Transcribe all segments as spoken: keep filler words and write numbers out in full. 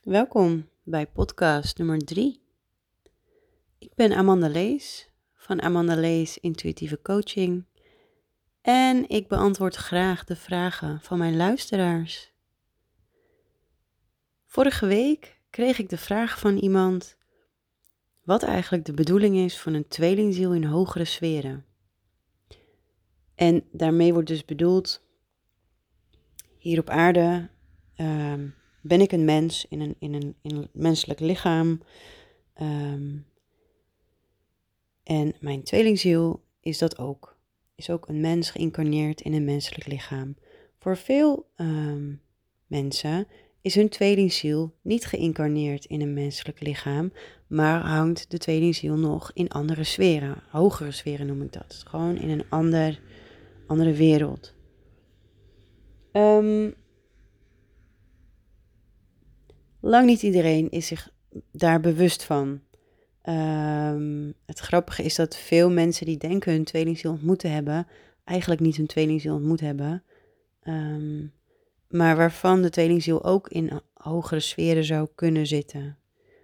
Welkom bij podcast nummer drie. Ik ben Amanda Lees van Amanda Lees Intuïtieve Coaching en ik beantwoord graag de vragen van mijn luisteraars. Vorige week kreeg ik de vraag van iemand wat eigenlijk de bedoeling is van een tweelingziel in hogere sferen. En daarmee wordt dus bedoeld, hier op aarde uh, ben ik een mens in een, in een, in een menselijk lichaam. Um, En mijn tweelingziel is dat ook. Is ook een mens geïncarneerd in een menselijk lichaam. Voor veel um, mensen is hun tweelingziel niet geïncarneerd in een menselijk lichaam, maar hangt de tweelingziel nog in andere sferen. Hogere sferen noem ik dat. Gewoon in een ander, andere wereld. Um, lang niet iedereen is zich daar bewust van. Um, het grappige is dat veel mensen die denken hun tweelingziel ontmoet te hebben, eigenlijk niet hun tweelingziel ontmoet hebben. Um, maar waarvan de tweelingziel ook in hogere sferen zou kunnen zitten.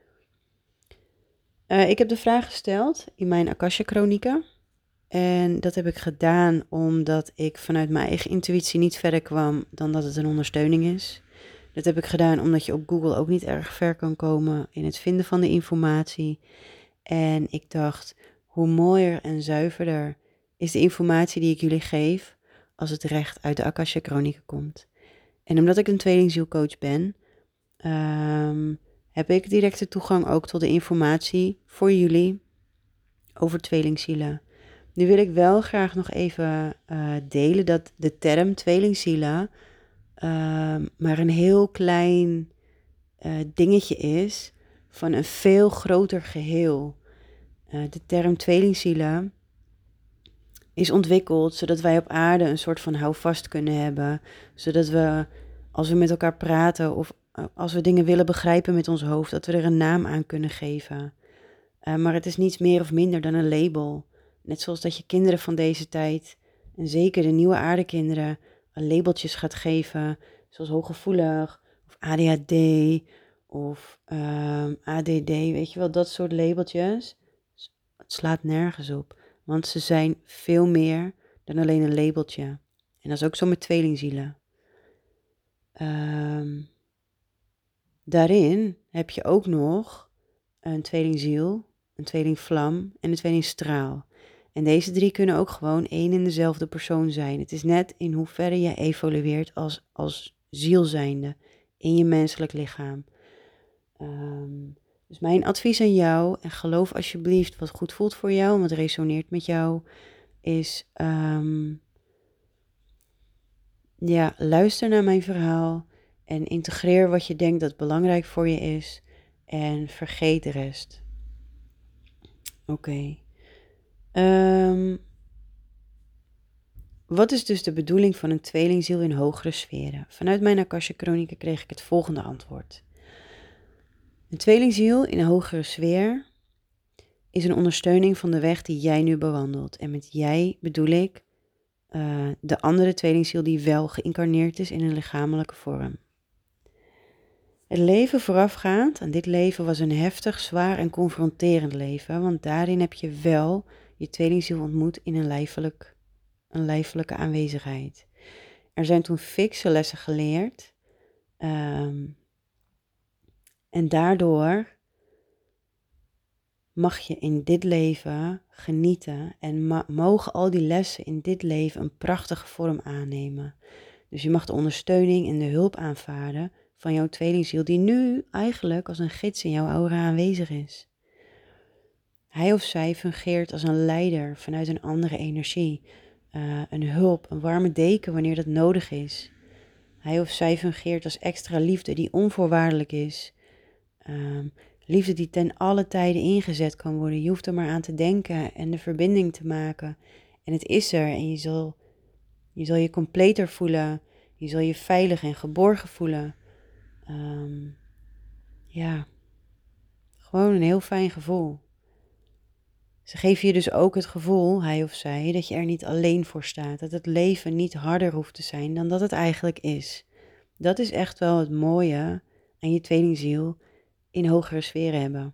Uh, ik heb de vraag gesteld in mijn Akasha-chronieken. En dat heb ik gedaan omdat ik vanuit mijn eigen intuïtie niet verder kwam dan dat het een ondersteuning is. Dat heb ik gedaan omdat je op Google ook niet erg ver kan komen in het vinden van de informatie. En ik dacht, hoe mooier en zuiverder is de informatie die ik jullie geef als het recht uit de Akasha-chronieken komt. En omdat ik een tweelingzielcoach ben, um, heb ik directe toegang ook tot de informatie voor jullie over tweelingzielen. Nu wil ik wel graag nog even uh, delen dat de term tweelingzielen uh, maar een heel klein uh, dingetje is van een veel groter geheel. Uh, de term tweelingzielen is ontwikkeld zodat wij op aarde een soort van houvast kunnen hebben. Zodat we, als we met elkaar praten of uh, als we dingen willen begrijpen met ons hoofd, dat we er een naam aan kunnen geven. Uh, maar het is niets meer of minder dan een label. Net zoals dat je kinderen van deze tijd, en zeker de nieuwe aardekinderen, labeltjes gaat geven. Zoals hooggevoelig, of A D H D, of um, A D D, weet je wel, dat soort labeltjes. Het slaat nergens op, want ze zijn veel meer dan alleen een labeltje. En dat is ook zo met tweelingzielen. Um, daarin heb je ook nog een tweelingziel, een tweelingvlam en een tweelingstraal. En deze drie kunnen ook gewoon één en dezelfde persoon zijn. Het is net in hoeverre je evolueert als, als ziel zijnde in je menselijk lichaam. Um, dus mijn advies aan jou, en geloof alsjeblieft wat goed voelt voor jou, wat resoneert met jou, is um, ja, luister naar mijn verhaal en integreer wat je denkt dat belangrijk voor je is en vergeet de rest. Oké. Okay. Um, wat is dus de bedoeling van een tweelingziel in hogere sferen? Vanuit mijn Akasha-chronieken kreeg ik het volgende antwoord. Een tweelingziel in een hogere sfeer is een ondersteuning van de weg die jij nu bewandelt. En met jij bedoel ik uh, de andere tweelingziel die wel geïncarneerd is in een lichamelijke vorm. Het leven voorafgaand aan dit leven was een heftig, zwaar en confronterend leven, want daarin heb je wel je tweelingziel ontmoet in een, lijfelijk, een lijfelijke aanwezigheid. Er zijn toen fikse lessen geleerd um, en daardoor mag je in dit leven genieten en ma- mogen al die lessen in dit leven een prachtige vorm aannemen. Dus je mag de ondersteuning en de hulp aanvaarden van jouw tweelingziel die nu eigenlijk als een gids in jouw aura aanwezig is. Hij of zij fungeert als een leider vanuit een andere energie, uh, een hulp, een warme deken wanneer dat nodig is. Hij of zij fungeert als extra liefde die onvoorwaardelijk is. Um, liefde die ten alle tijden ingezet kan worden. Je hoeft er maar aan te denken en de verbinding te maken. En het is er en je zal je, zal je completer voelen. Je zal je veilig en geborgen voelen. Um, ja, gewoon een heel fijn gevoel. Ze geven je dus ook het gevoel, hij of zij, dat je er niet alleen voor staat. Dat het leven niet harder hoeft te zijn dan dat het eigenlijk is. Dat is echt wel het mooie en je tweelingziel in hogere sferen hebben.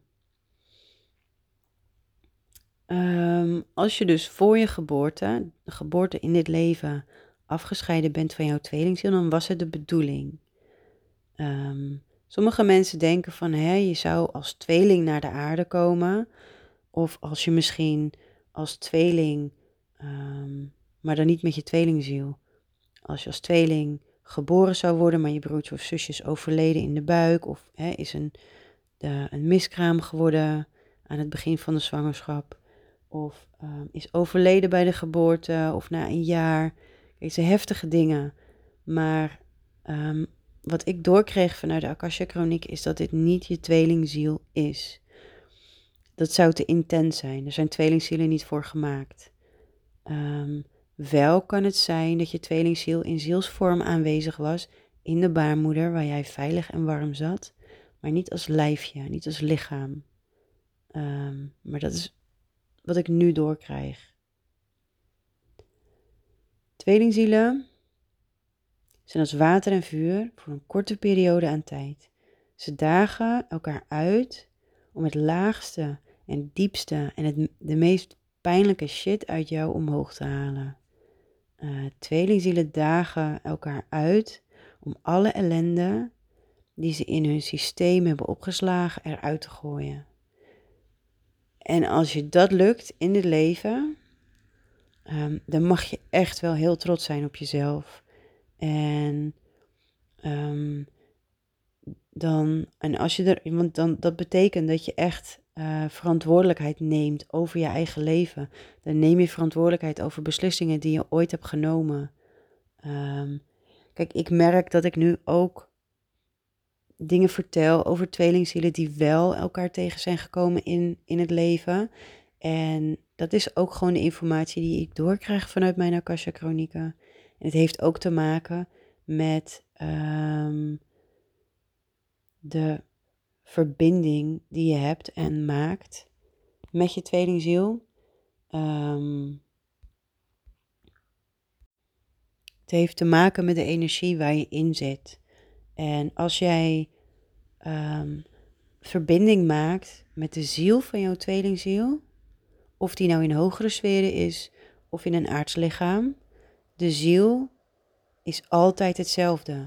Um, als je dus voor je geboorte, de geboorte in dit leven, afgescheiden bent van jouw tweelingziel, dan was het de bedoeling. Um, sommige mensen denken van, hè, je zou als tweeling naar de aarde komen, of als je misschien als tweeling, um, maar dan niet met je tweelingziel. Als je als tweeling geboren zou worden, maar je broertje of zusje is overleden in de buik, of hè, is een, de, een miskraam geworden aan het begin van de zwangerschap, of um, is overleden bij de geboorte, of na een jaar. Kijk, het zijn heftige dingen, maar um, wat ik doorkreeg vanuit de Akasha-chroniek is dat dit niet je tweelingziel is. Dat zou te intens zijn. Er zijn tweelingzielen niet voor gemaakt. Um, wel kan het zijn dat je tweelingziel in zielsvorm aanwezig was in de baarmoeder waar jij veilig en warm zat, maar niet als lijfje, niet als lichaam. Um, maar dat is wat ik nu doorkrijg. Tweelingzielen zijn als water en vuur voor een korte periode aan tijd. Ze dagen elkaar uit om het laagste en diepste en het, de meest pijnlijke shit uit jou omhoog te halen. Uh, tweelingzielen dagen elkaar uit om alle ellende die ze in hun systeem hebben opgeslagen eruit te gooien. En als je dat lukt in het leven, um, dan mag je echt wel heel trots zijn op jezelf. En um, dan, en als je er, want dan, dat betekent dat je echt uh, verantwoordelijkheid neemt over je eigen leven. Dan neem je verantwoordelijkheid over beslissingen die je ooit hebt genomen. Um, kijk, ik merk dat ik nu ook dingen vertel over tweelingzielen die wel elkaar tegen zijn gekomen in, in het leven. En dat is ook gewoon de informatie die ik doorkrijg vanuit mijn Akasha-chronieken. En het heeft ook te maken met um, de verbinding die je hebt en maakt met je tweelingziel. Um, het heeft te maken met de energie waar je in zit. En als jij um, verbinding maakt met de ziel van jouw tweelingziel, of die nou in hogere sferen is of in een aards lichaam, de ziel is altijd hetzelfde.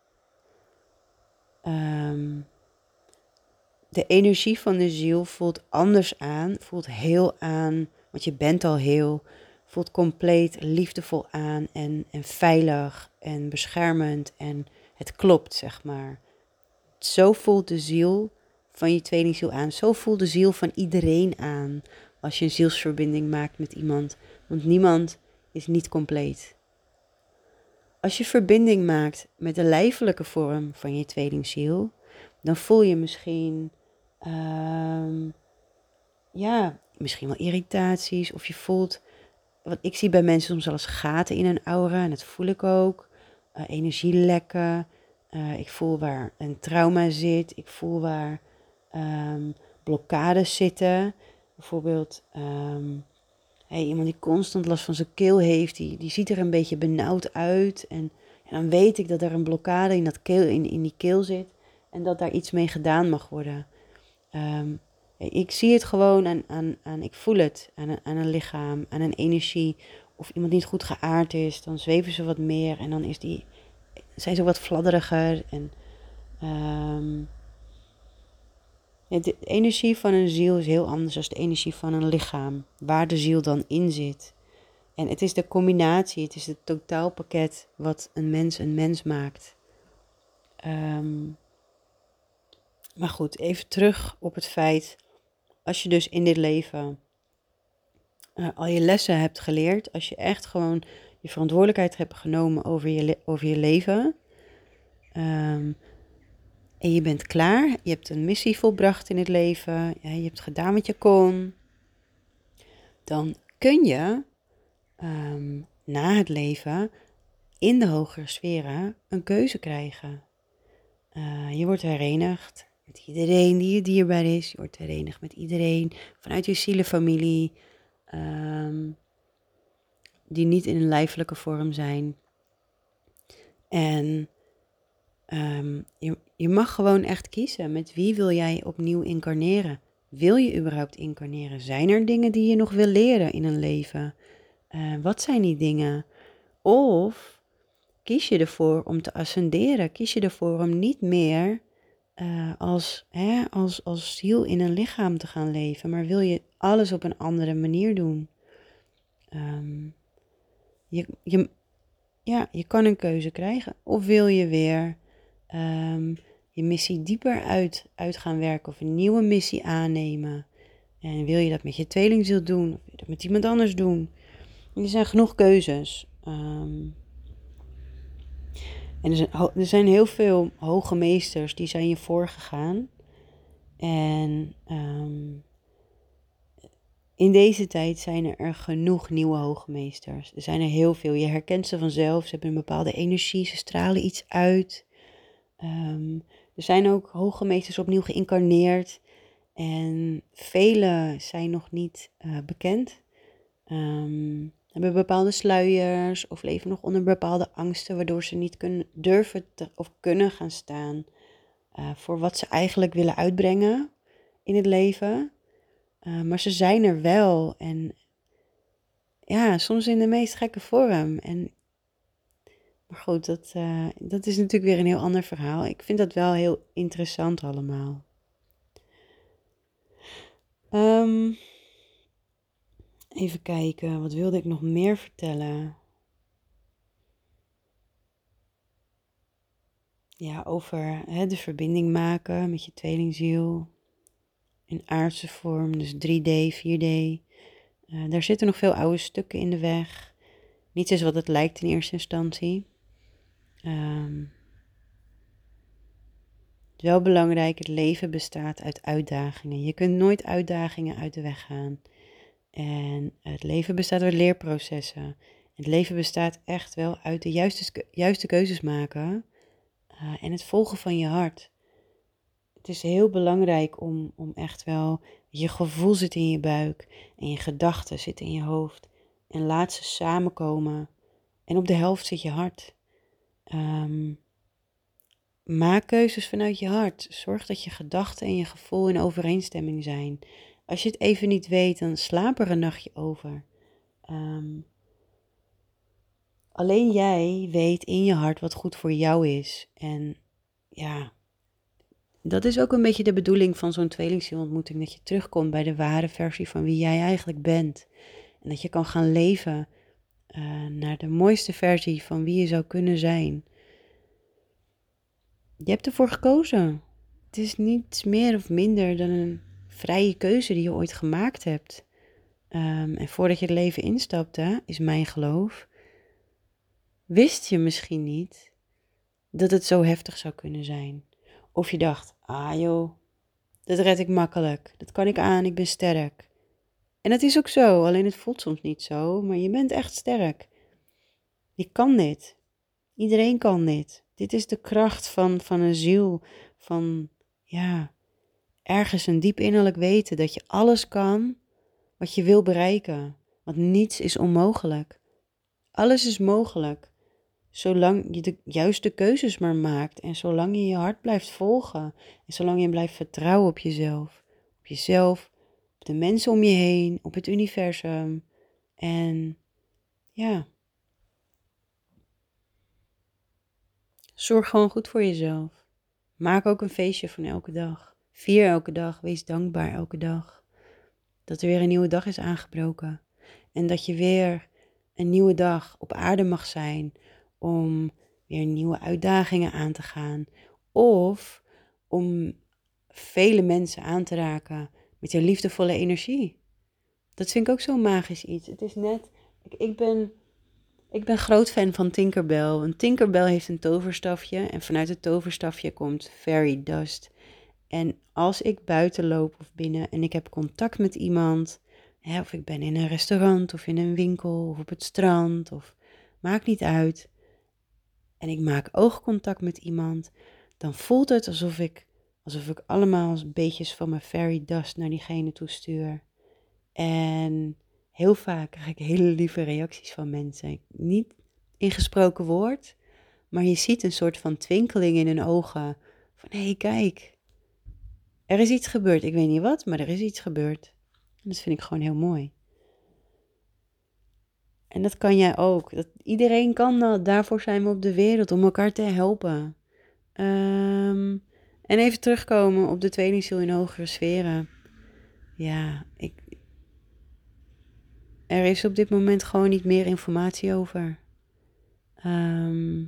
Um, de energie van de ziel voelt anders aan, voelt heel aan, want je bent al heel, voelt compleet liefdevol aan en, en veilig en beschermend en het klopt, zeg maar. Zo voelt de ziel van je tweelingziel aan. Zo voelt de ziel van iedereen aan als je een zielsverbinding maakt met iemand. Want niemand is niet compleet. Als je verbinding maakt met de lijfelijke vorm van je tweelingziel, dan voel je misschien, um, ja, misschien wel irritaties. Of je voelt, wat ik zie bij mensen soms wel eens gaten in een aura. En dat voel ik ook. Uh, energielekken. Uh, ik voel waar een trauma zit. Ik voel waar um, blokkades zitten. Bijvoorbeeld um, hey, iemand die constant last van zijn keel heeft. Die, die ziet er een beetje benauwd uit. En, en dan weet ik dat er een blokkade in, dat keel, in, in die keel zit. En dat daar iets mee gedaan mag worden. Um, ik zie het gewoon aan, aan, aan ik voel het. Aan, aan een lichaam, aan een energie. Of iemand niet goed geaard is. Dan zweven ze wat meer. En dan is die... zijn ze wat fladderiger. En um, de energie van een ziel is heel anders dan de energie van een lichaam. Waar de ziel dan in zit. En het is de combinatie, het is het totaalpakket wat een mens een mens maakt. Um, maar goed, even terug op het feit. Als je dus in dit leven uh, al je lessen hebt geleerd. Als je echt gewoon je verantwoordelijkheid hebt genomen over je, le- over je leven. Um, en je bent klaar. Je hebt een missie volbracht in het leven. Ja, je hebt gedaan wat je kon. Dan kun je um, na het leven in de hogere sferen een keuze krijgen. Uh, je wordt herenigd met iedereen die je dierbaar is. Je wordt herenigd met iedereen vanuit je zielenfamilie. Um, die niet in een lijfelijke vorm zijn. En Ehm, je, je mag gewoon echt kiezen. Met wie wil jij opnieuw incarneren? Wil je überhaupt incarneren? Zijn er dingen die je nog wil leren in een leven? Uh, wat zijn die dingen? Of kies je ervoor om te ascenderen? Kies je ervoor om niet meer uh, als, hè, als, als ziel in een lichaam te gaan leven, maar wil je alles op een andere manier doen? Um, je, je, ja, je kan een keuze krijgen. Of wil je weer um, je missie dieper uit, uit gaan werken of een nieuwe missie aannemen? En wil je dat met je tweelingziel doen? Of wil je dat met iemand anders doen? En er zijn genoeg keuzes. Um, en er zijn, er zijn heel veel hoge meesters die zijn je voorgegaan. En um, in deze tijd zijn er genoeg nieuwe hoogmeesters. Er zijn er heel veel. Je herkent ze vanzelf. Ze hebben een bepaalde energie. Ze stralen iets uit. Um, er zijn ook hoogmeesters opnieuw geïncarneerd. En vele zijn nog niet uh, bekend. Um, hebben bepaalde sluiers of leven nog onder bepaalde angsten, waardoor ze niet kunnen, durven te, of kunnen gaan staan uh, voor wat ze eigenlijk willen uitbrengen in het leven. Uh, maar ze zijn er wel en ja, soms in de meest gekke vorm. En, maar goed, dat, uh, dat is natuurlijk weer een heel ander verhaal. Ik vind dat wel heel interessant allemaal. Um, even kijken, wat wilde ik nog meer vertellen? Ja, over hè, de verbinding maken met je tweelingziel in aardse vorm, dus drie D, vier D. Uh, daar zitten nog veel oude stukken in de weg. Niets is wat het lijkt in eerste instantie. Um, het is wel belangrijk, het leven bestaat uit uitdagingen. Je kunt nooit uitdagingen uit de weg gaan. En het leven bestaat uit leerprocessen. Het leven bestaat echt wel uit de juiste, juiste keuzes maken uh, en het volgen van je hart. Het is heel belangrijk om, om echt wel, je gevoel zit in je buik en je gedachten zitten in je hoofd. En laat ze samenkomen en op de helft zit je hart. Um, maak keuzes vanuit je hart. Zorg dat je gedachten en je gevoel in overeenstemming zijn. Als je het even niet weet, dan slaap er een nachtje over. Um, alleen jij weet in je hart wat goed voor jou is. En ja, dat is ook een beetje de bedoeling van zo'n tweelingzielontmoeting. Dat je terugkomt bij de ware versie van wie jij eigenlijk bent. En dat je kan gaan leven uh, naar de mooiste versie van wie je zou kunnen zijn. Je hebt ervoor gekozen. Het is niets meer of minder dan een vrije keuze die je ooit gemaakt hebt. Um, en voordat je het leven instapte, is mijn geloof, wist je misschien niet dat het zo heftig zou kunnen zijn. Of je dacht, ah joh, dat red ik makkelijk. Dat kan ik aan, ik ben sterk. En dat is ook zo, alleen het voelt soms niet zo, maar je bent echt sterk. Je kan dit. Iedereen kan dit. Dit is de kracht van, van een ziel, van ja, ergens een diep innerlijk weten dat je alles kan wat je wil bereiken. Want niets is onmogelijk. Alles is mogelijk. Zolang je de juiste keuzes maar maakt en zolang je je hart blijft volgen en zolang je blijft vertrouwen op jezelf. Op jezelf, op de mensen om je heen, op het universum. En ja, zorg gewoon goed voor jezelf. Maak ook een feestje van elke dag. Vier elke dag, wees dankbaar elke dag. Dat er weer een nieuwe dag is aangebroken. En dat je weer een nieuwe dag op aarde mag zijn om weer nieuwe uitdagingen aan te gaan. Of om vele mensen aan te raken met je liefdevolle energie. Dat vind ik ook zo'n magisch iets. Het is net, ik, ik ben... Ik ben groot fan van Tinkerbell. Een Tinkerbell heeft een toverstafje en vanuit het toverstafje komt fairy dust. En als ik buiten loop of binnen en ik heb contact met iemand, hè, of ik ben in een restaurant of in een winkel of op het strand, of maakt niet uit, en ik maak oogcontact met iemand, dan voelt het alsof ik, alsof ik allemaal beetjes van mijn fairy dust naar diegene toe stuur. En heel vaak krijg ik hele lieve reacties van mensen. Niet in gesproken woord, Maar je ziet een soort van twinkeling in hun ogen. Van hé, hey, kijk. Er is iets gebeurd. Ik weet niet wat, maar er is iets gebeurd. En dat vind ik gewoon heel mooi. En dat kan jij ook. Dat, iedereen kan dat. Daarvoor zijn we op de wereld. Om elkaar te helpen. Um, en even terugkomen op de tweelingziel in hogere sferen. Ja, ik, er is op dit moment gewoon niet meer informatie over. Um,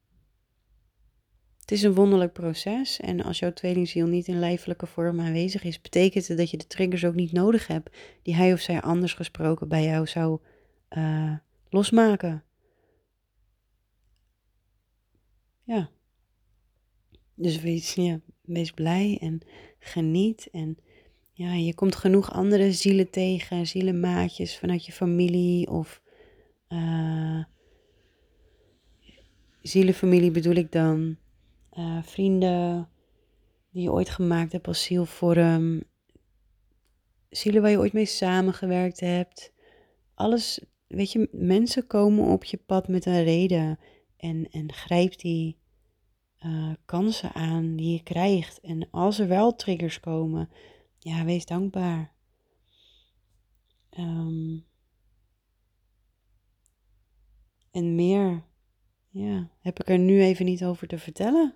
het is een wonderlijk proces. En als jouw tweelingziel niet in lijfelijke vorm aanwezig is, betekent het dat je de triggers ook niet nodig hebt die hij of zij anders gesproken bij jou zou uh, losmaken. Ja. Dus wees, ja, wees blij en geniet. En ja, je komt genoeg andere zielen tegen, zielenmaatjes vanuit je familie of uh, zielenfamilie bedoel ik dan. Uh, vrienden die je ooit gemaakt hebt als zielvorm. Zielen waar je ooit mee samengewerkt hebt. Alles, weet je, mensen komen op je pad met een reden. En, en grijp die uh, kansen aan die je krijgt. En als er wel triggers komen, ja, wees dankbaar. Um, en meer, ja, heb ik er nu even niet over te vertellen.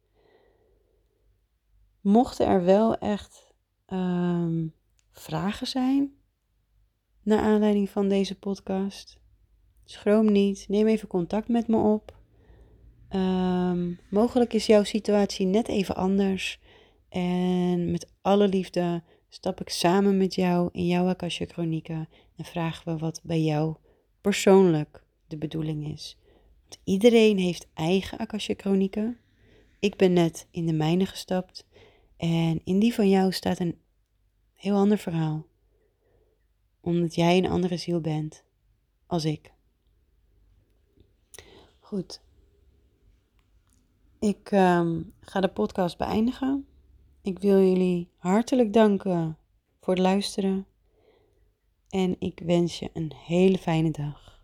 Mochten er wel echt um, vragen zijn naar aanleiding van deze podcast, schroom niet, neem even contact met me op. Um, mogelijk is jouw situatie net even anders en met alle liefde stap ik samen met jou in jouw Akasha Chronieken en vragen we wat bij jou persoonlijk de bedoeling is. Want iedereen heeft eigen Akasha Chronieken. Ik ben net in de mijne gestapt en in die van jou staat een heel ander verhaal. Omdat jij een andere ziel bent als ik. Goed. Ik um, ga de podcast beëindigen. Ik wil jullie hartelijk danken voor het luisteren. En ik wens je een hele fijne dag.